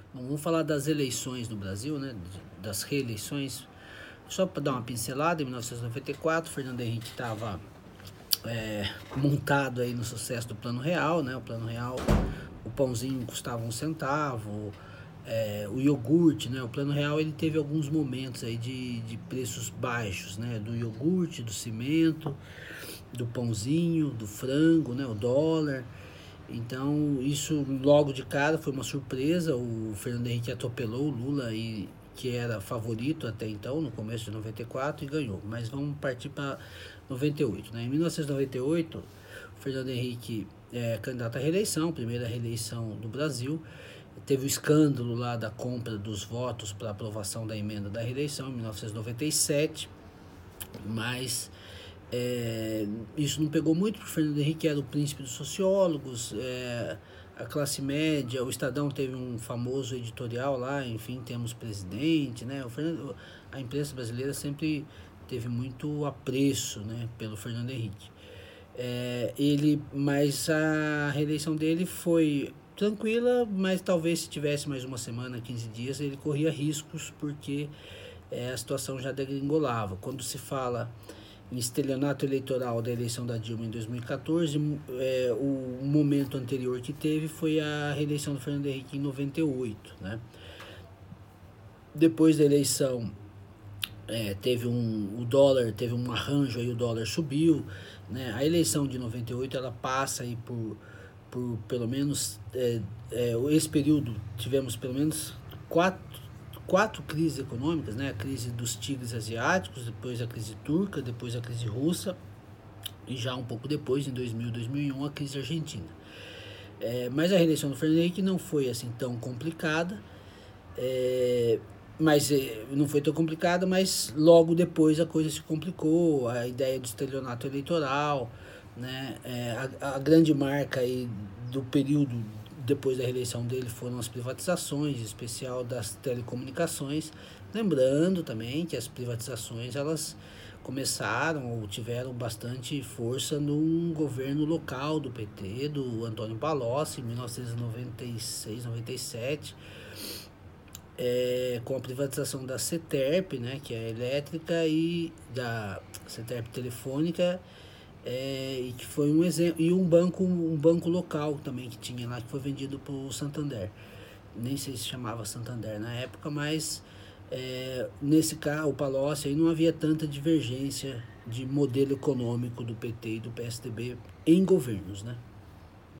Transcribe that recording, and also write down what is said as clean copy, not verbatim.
Bom, vamos falar das eleições no Brasil, né? Das reeleições. Só para dar uma pincelada, em 1994, Fernando Henrique estava montado aí no sucesso do Plano Real, né? O Plano Real, o pãozinho custava 1 centavo, o iogurte, né? O Plano Real ele teve alguns momentos aí de preços baixos, né? Do iogurte, do cimento, do pãozinho, do frango, né? O dólar. Então, isso logo de cara foi uma surpresa. O Fernando Henrique atropelou o Lula, que era favorito até então, no começo de 94, e ganhou. Mas vamos partir para 98. Né? Em 1998, o Fernando Henrique é candidato à reeleição, primeira reeleição do Brasil. Teve o escândalo lá da compra dos votos para aprovação da emenda da reeleição em 1997, mas isso não pegou muito, porque o Fernando Henrique era o príncipe dos sociólogos, a classe média, o Estadão teve um famoso editorial lá, enfim, temos presidente, né? A imprensa brasileira sempre teve muito apreço, né, pelo Fernando Henrique. Mas a reeleição dele foi tranquila, mas talvez se tivesse mais uma semana, 15 dias, ele corria riscos, porque a situação já degringolava. Quando se fala em estelionato eleitoral da eleição da Dilma em 2014, o momento anterior que teve foi a reeleição do Fernando Henrique em 98, né? Depois da eleição, o dólar teve um arranjo, aí o dólar subiu, né? A eleição de 98 ela passa aí por pelo menos esse período tivemos pelo menos quatro crises econômicas, né? A crise dos tigres asiáticos, depois a crise turca, depois a crise russa e já um pouco depois, em 2000, 2001, a crise argentina. Mas a reeleição do Fernando Henrique não foi assim tão complicada, mas não foi tão complicada, mas logo depois a coisa se complicou, a ideia do estelionato eleitoral, né? A grande marca aí do período depois da reeleição dele foram as privatizações, em especial das telecomunicações. Lembrando também que as privatizações elas começaram ou tiveram bastante força num governo local do PT, do Antônio Palocci, em 1996, 97, com a privatização da CETERP, né, que é a elétrica, e da CETERP telefônica, e que foi um exemplo, e um banco local também que tinha lá, que foi vendido para o Santander. Nem sei se chamava Santander na época, mas nesse caso, o Palocci, aí não havia tanta divergência de modelo econômico do PT e do PSDB em governos, né?